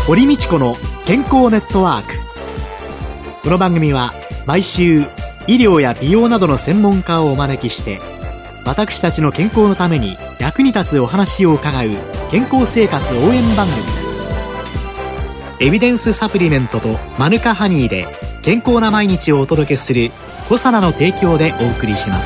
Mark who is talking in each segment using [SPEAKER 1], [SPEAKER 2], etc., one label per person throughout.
[SPEAKER 1] 堀道子の健康ネットワーク。この番組は毎週医療や美容などの専門家をお招きして、私たちの健康のために役に立つお話を伺う健康生活応援番組です。エビデンスサプリメントとマヌカハニーで健康な毎日をお届けするコサナの提供でお送りします。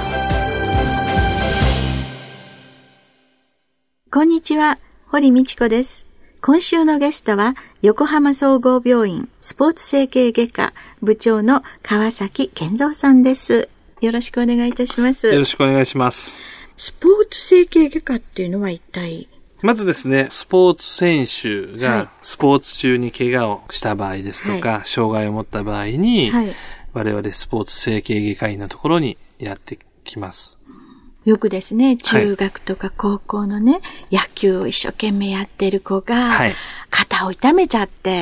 [SPEAKER 2] こんにちは、堀道子です。今週のゲストは横浜総合病院スポーツ整形外科部長の川崎健三さんです。よろしくお願いいたします。
[SPEAKER 3] よろしくお願いします。
[SPEAKER 2] スポーツ整形外科っていうのは一体？
[SPEAKER 3] まずですね、スポーツ選手がスポーツ中に怪我をした場合ですとか、障害を持った場合に、我々スポーツ整形外科医のところにやってきます。
[SPEAKER 2] よくですね、中学とか高校のね、野球を一生懸命やってる子が、肩を痛めちゃって、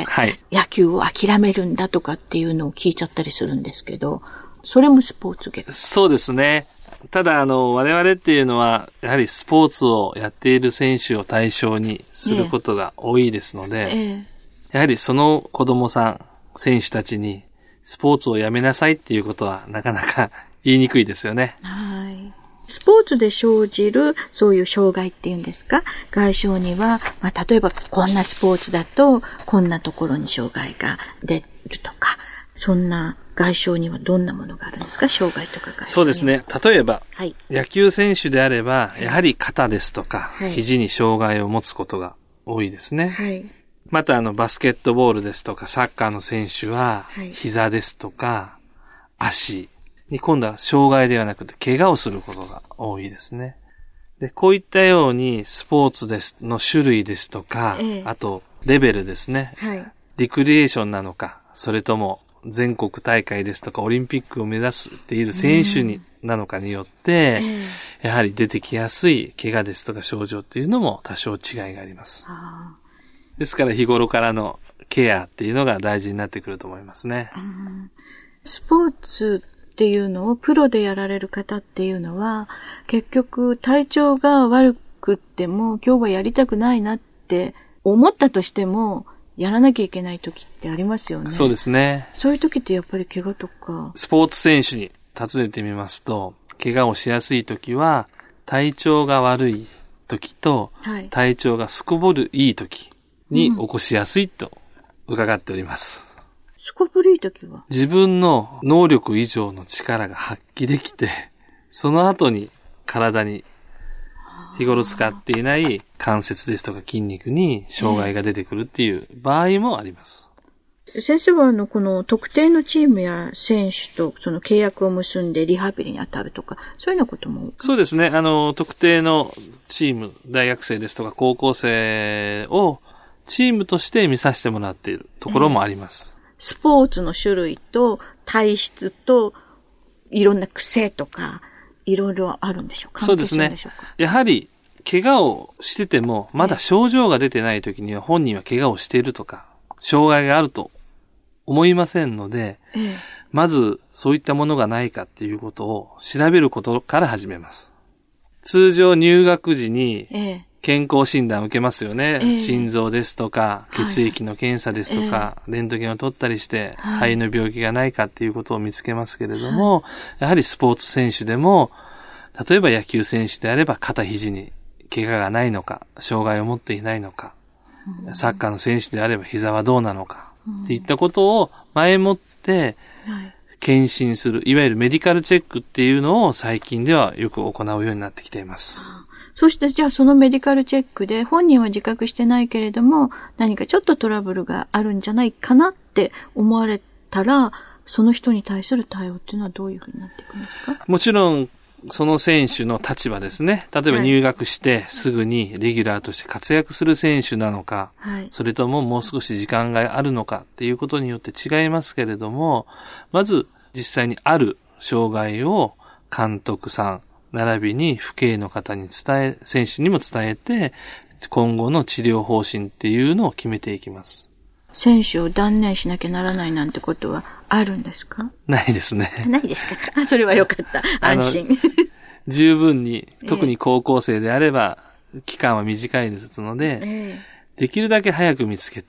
[SPEAKER 2] 野球を諦めるんだとかっていうのを聞いちゃったりするんですけど、それもスポーツ外科？
[SPEAKER 3] そうですね。ただ我々っていうのは、やはりスポーツをやっている選手を対象にすることが多いですので、やはりその子供さん、選手たちにスポーツをやめなさいっていうことはなかなか言いにくいですよね。
[SPEAKER 2] スポーツで生じるそういう障害っていうんですか、外傷には、例えばこんなスポーツだとこんなところに障害が出るとか、そんな外傷にはどんなものがあるんですか？障害とか外傷。
[SPEAKER 3] そうですね。例えば、野球選手であれば、やはり肩ですとか、肘に障害を持つことが多いですね。またバスケットボールですとか、サッカーの選手は、膝ですとか、足に今度は障害ではなくて怪我をすることが多いですね。で、こういったようにスポーツですの種類ですとか、あとレベルですね。リクリエーションなのか、それとも全国大会ですとかオリンピックを目指している選手なのかによって、やはり出てきやすい怪我ですとか症状っていうのも多少違いがあります。ですから日頃からのケアっていうのが大事になってくると思いますね。
[SPEAKER 2] スポーツっていうのをプロでやられる方っていうのは、結局体調が悪くっても今日はやりたくないなって思ったとしてもやらなきゃいけない時ってありますよね。
[SPEAKER 3] そうですね。
[SPEAKER 2] そういう時ってやっぱり怪我とか。
[SPEAKER 3] スポーツ選手に尋ねてみますと、怪我をしやすい時は体調が悪い時と、体調がすこぶるいい時に起こしやすいと伺っております。
[SPEAKER 2] すこぶるいい時は
[SPEAKER 3] 自分の能力以上の力が発揮できて、その後に体に日頃使っていない関節ですとか筋肉に障害が出てくるっていう場合もあります。
[SPEAKER 2] 先生はこの特定のチームや選手とその契約を結んでリハビリに当たるとか、そういうようなことも？
[SPEAKER 3] そうですね。特定のチーム、大学生ですとか高校生をチームとして見させてもらっているところもあります。
[SPEAKER 2] スポーツの種類と体質といろんな癖とかいろいろあるんでしょうか？
[SPEAKER 3] そうですね。やはり怪我をしててもまだ症状が出てない時には本人は怪我をしているとか障害があると思いませんので、まずそういったものがないかっていうことを調べることから始めます。通常入学時に健康診断を受けますよね。心臓ですとか、血液の検査ですとか、レントゲンを取ったりして、肺の病気がないかっていうことを見つけますけれども、やはりスポーツ選手でも、例えば野球選手であれば肩肘に怪我がないのか、障害を持っていないのか、サッカーの選手であれば膝はどうなのか、っていったことを前もって検診する、いわゆるメディカルチェックっていうのを最近ではよく行うようになってきています。
[SPEAKER 2] そしてじゃあそのメディカルチェックで本人は自覚してないけれども何かちょっとトラブルがあるんじゃないかなって思われたら、その人に対する対応っていうのはどういうふうになっていくんですか？
[SPEAKER 3] もちろんその選手の立場ですね。例えば入学してすぐにレギュラーとして活躍する選手なのか、それとももう少し時間があるのかっていうことによって違いますけれども、まず実際にある障害を監督さん並びに父兄の方に選手にも伝えて、今後の治療方針っていうのを決めていきます。
[SPEAKER 2] 選手を断念しなきゃならないなんてことはあるんですか？
[SPEAKER 3] ないですね。
[SPEAKER 2] ないですか？それはよかった。安心。
[SPEAKER 3] 十分に、特に高校生であれば、期間は短いですので、できるだけ早く見つけて、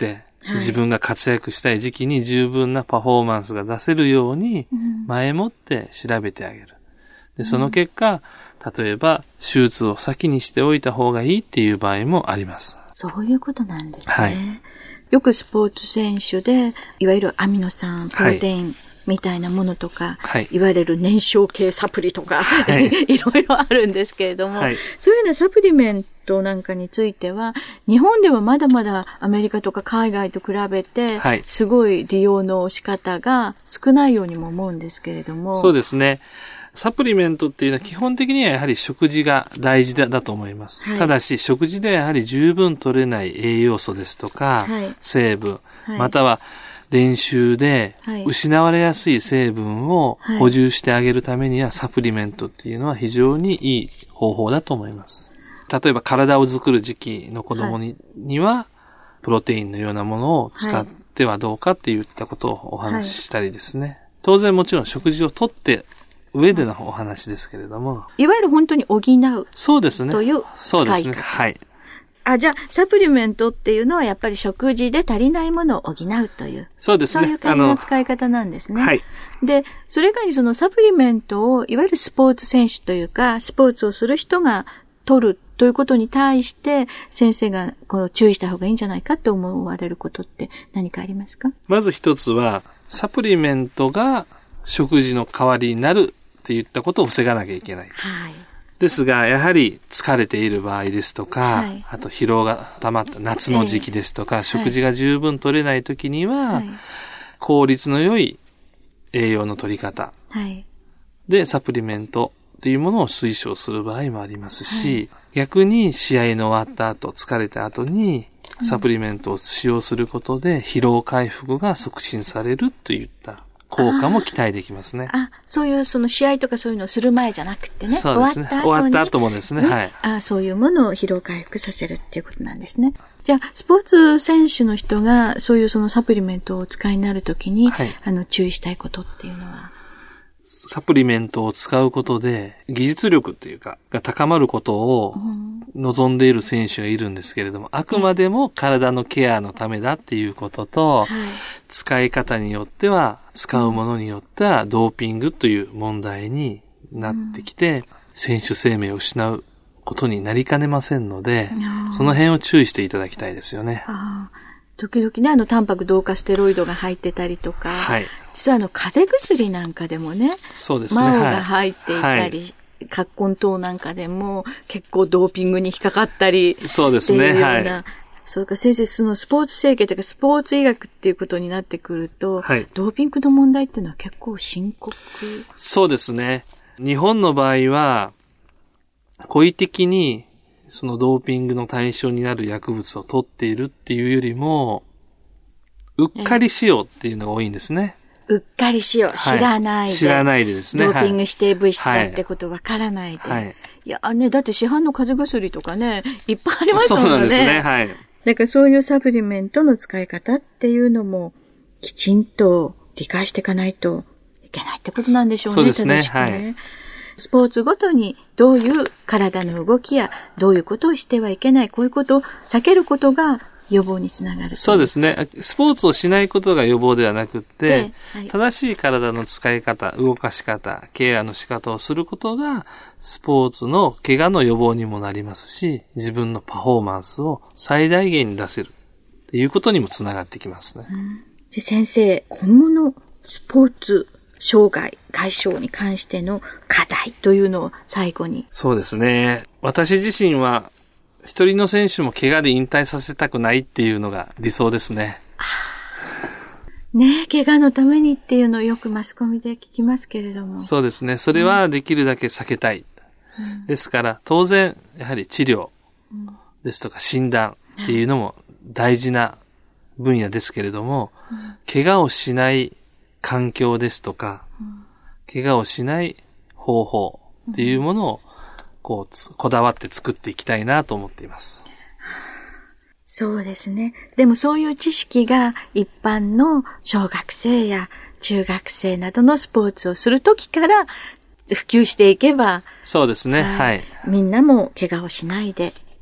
[SPEAKER 3] 自分が活躍したい時期に十分なパフォーマンスが出せるように、前もって調べてあげる。で、その結果、例えば、手術を先にしておいた方がいいっていう場合もあります。
[SPEAKER 2] そういうことなんですね。
[SPEAKER 3] はい。
[SPEAKER 2] よくスポーツ選手で、いわゆるアミノ酸、プロテインみたいなものとか、はい、いわゆる燃焼系サプリとか、はい、いろいろあるんですけれども、はい、そういうようなサプリメントなんかについては、日本ではまだまだアメリカとか海外と比べて、はい、すごい利用の仕方が少ないようにも思うんですけれども。
[SPEAKER 3] そうですね。サプリメントっていうのは基本的にはやはり食事が大事だと思います。はい、ただし食事ではやはり十分取れない栄養素ですとか、はい、成分、はい、または練習で失われやすい成分を補充してあげるためにはサプリメントっていうのは非常にいい方法だと思います。例えば体を作る時期の子供にはプロテインのようなものを使ってはどうかっていったことをお話ししたりですね。当然もちろん食事をとって上でのお話ですけれども。
[SPEAKER 2] いわゆる本当に補う。
[SPEAKER 3] そうですね。
[SPEAKER 2] という使い方。そうですね。
[SPEAKER 3] はい。
[SPEAKER 2] じゃあ、サプリメントっていうのはやっぱり食事で足りないものを補うという。
[SPEAKER 3] そうですね。
[SPEAKER 2] そういう感じの使い方なんですね。
[SPEAKER 3] はい。
[SPEAKER 2] で、それ以外にそのサプリメントを、いわゆるスポーツ選手というか、スポーツをする人が取るということに対して、先生がこの注意した方がいいんじゃないかと思われることって何かありますか？
[SPEAKER 3] まず一つは、サプリメントが食事の代わりになるっていったことを防がなきゃいけない。はい。ですが、やはり疲れている場合ですとか、はい、あと疲労が溜まった夏の時期ですとか、食事が十分取れないときには、効率の良い栄養の取り方でサプリメントというものを推奨する場合もありますし、逆に試合の終わった後、疲れた後にサプリメントを使用することで疲労回復が促進されるといった効果も期待できますね。
[SPEAKER 2] そういうその試合とかそういうのをする前じゃなくてね。
[SPEAKER 3] そうですね。終わった後もですね。
[SPEAKER 2] はい。そういうものを疲労回復させるっていうことなんですね。じゃあ、スポーツ選手の人がそういうそのサプリメントをお使いになるときに、注意したいことっていうのは？
[SPEAKER 3] サプリメントを使うことで技術力というかが高まることを望んでいる選手がいるんですけれども、あくまでも体のケアのためだっていうことと、使い方によっては、使うものによってはドーピングという問題になってきて、選手生命を失うことになりかねませんので、その辺を注意していただきたいですよね。
[SPEAKER 2] 時々ね、タンパク同化ステロイドが入ってたりとか、実は風邪薬なんかでもね、
[SPEAKER 3] そうですね。
[SPEAKER 2] マオが入っていたり、葛根糖なんかでも結構ドーピングに引っかかったり、
[SPEAKER 3] そうですね。
[SPEAKER 2] それから先生、そのスポーツ整形とかスポーツ医学っていうことになってくると、ドーピングの問題っていうのは結構深刻。
[SPEAKER 3] そうですね。日本の場合は、故意的にそのドーピングの対象になる薬物を取っているっていうよりも、うっかり使用っていうのが多いんですね。
[SPEAKER 2] うっかり使用、知らないで。
[SPEAKER 3] 知らないでですね。
[SPEAKER 2] ドーピング指定物質だってことわからないで。いやね、だって市販の風邪薬とかね、いっぱいありますもんね。
[SPEAKER 3] そうなんですね。
[SPEAKER 2] だからそういうサプリメントの使い方っていうのも、きちんと理解していかないといけないってことなんでしょうね。
[SPEAKER 3] そうですね。
[SPEAKER 2] スポーツごとにどういう体の動きやどういうことをしてはいけない、こういうことを避けることが予防につながる。
[SPEAKER 3] そうですね。スポーツをしないことが予防ではなくて、正しい体の使い方、動かし方、ケアの仕方をすることが、スポーツの怪我の予防にもなりますし、自分のパフォーマンスを最大限に出せるっていうことにもつながってきますね。
[SPEAKER 2] で先生、今後のスポーツ障害、外傷に関しての課題というのを最後に。
[SPEAKER 3] そうですね。私自身は、一人の選手も怪我で引退させたくないっていうのが理想ですね。
[SPEAKER 2] ねえ、怪我のためにっていうのをよくマスコミで聞きますけれども。
[SPEAKER 3] そうですね。それはできるだけ避けたい。ですから、当然、やはり治療ですとか診断っていうのも大事な分野ですけれども、怪我をしない環境ですとか、怪我をしない方法っていうものをこだわって作っていきたいなと思っています。
[SPEAKER 2] そうですね。でもそういう知識が一般の小学生や中学生などのスポーツをするときから普及していけば。
[SPEAKER 3] そうですね。
[SPEAKER 2] みんなも怪我をしないで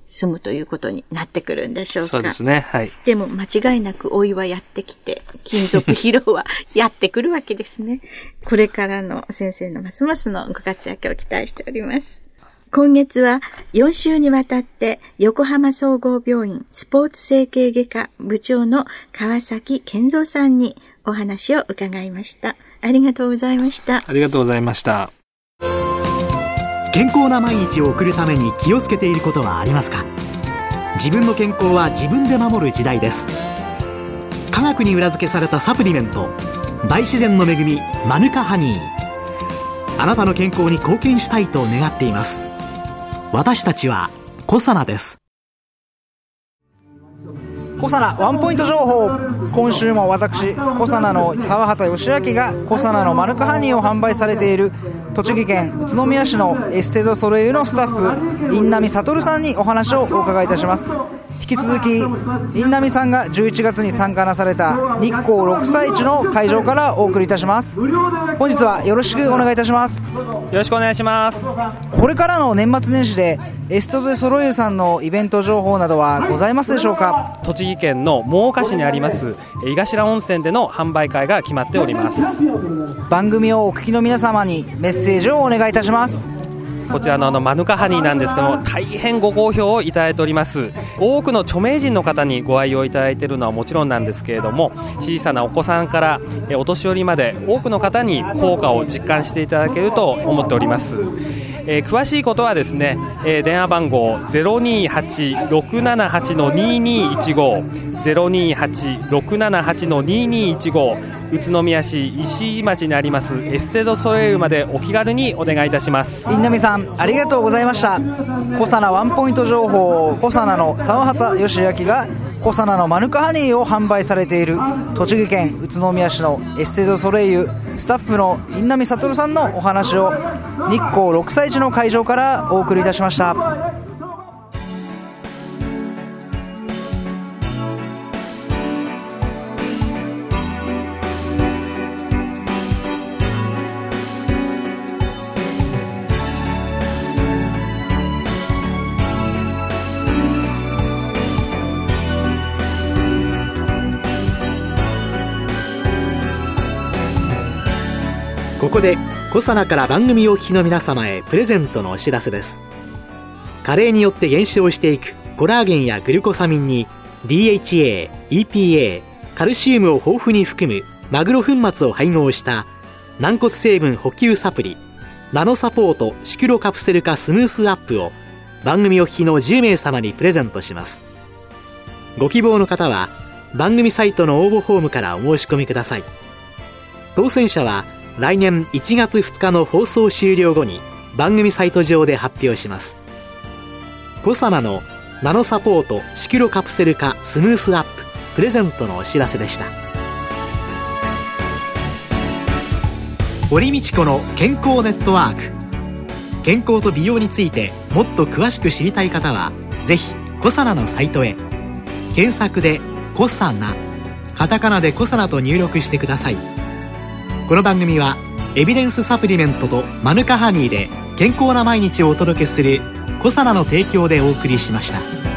[SPEAKER 2] 済むということになってくるんでしょうか。
[SPEAKER 3] そうですね。はい。
[SPEAKER 2] でも間違いなく老いはやってきて、金属疲労はやってくるわけですね。これからの先生のますますのご活躍を期待しております。今月は4週にわたって横浜総合病院スポーツ整形外科部長の川崎健三さんにお話を伺いました。ありがとうございました。
[SPEAKER 3] ありがとうございました。
[SPEAKER 1] 健康な毎日を送るために気をつけていることはありますか？自分の健康は自分で守る時代です。科学に裏付けされたサプリメント、大自然の恵みマヌカハニー。あなたの健康に貢献したいと願っています。私たちはコサナです。
[SPEAKER 4] コサナワンポイント情報。今週も私コサナの沢畑義明がコサナのマヌカハニーを販売されている栃木県宇都宮市のエステドソレイユのスタッフ印南悟さんにお話をお伺いいたします。引き続き印南さんが11月に参加なされた日光六歳市の会場からお送りいたします。本日はよろしくお願いいたします。
[SPEAKER 5] よろしくお願いします。
[SPEAKER 4] これからの年末年始でエステドソロイユさんのイベント情報などはございますでしょうか？
[SPEAKER 5] 栃木県の真岡市にあります井頭温泉での販売会が決まっております。
[SPEAKER 4] 番組をお聞きの皆様にメッセージをお願いいたします。
[SPEAKER 5] こちらのマヌカハニーなんですけども、大変ご好評をいただいております。多くの著名人の方にご愛用いただいているのはもちろんなんですけれども、小さなお子さんからお年寄りまで多くの方に効果を実感していただけると思っております。詳しいことはですね、電話番号 028-678-2215 028-678-2215 宇都宮市石井町にありますエステドソレイユまでお気軽にお願いいたします。
[SPEAKER 4] 印南さんありがとうございました。コサナワンポイント情報。コサナの沢畑義明がコサナのマヌカハニーを販売されている栃木県宇都宮市のエステドソレイユスタッフの印南悟さんのお話を日光六歳市の会場からお送りいたしました。
[SPEAKER 1] ここでコサナから番組をお聞きの皆様へプレゼントのお知らせです。加齢によって減少していくコラーゲンやグルコサミンに DHA、EPA、カルシウムを豊富に含むマグロ粉末を配合した軟骨成分補給サプリナノサポートシクロカプセル化スムースアップを番組お聞きの10名様にプレゼントします。ご希望の方は番組サイトの応募フォームからお申し込みください。当選者は来年1月2日の放送終了後に番組サイト上で発表します。コサナのナノサポートシクロカプセル化スムースアッププレゼントのお知らせでした。堀道子の健康ネットワーク。健康と美容についてもっと詳しく知りたい方はぜひコサナのサイトへ検索でコサナカタカナでコサナと入力してください。この番組はエビデンスサプリメントとマヌカハニーで健康な毎日をお届けするコサナの提供でお送りしました。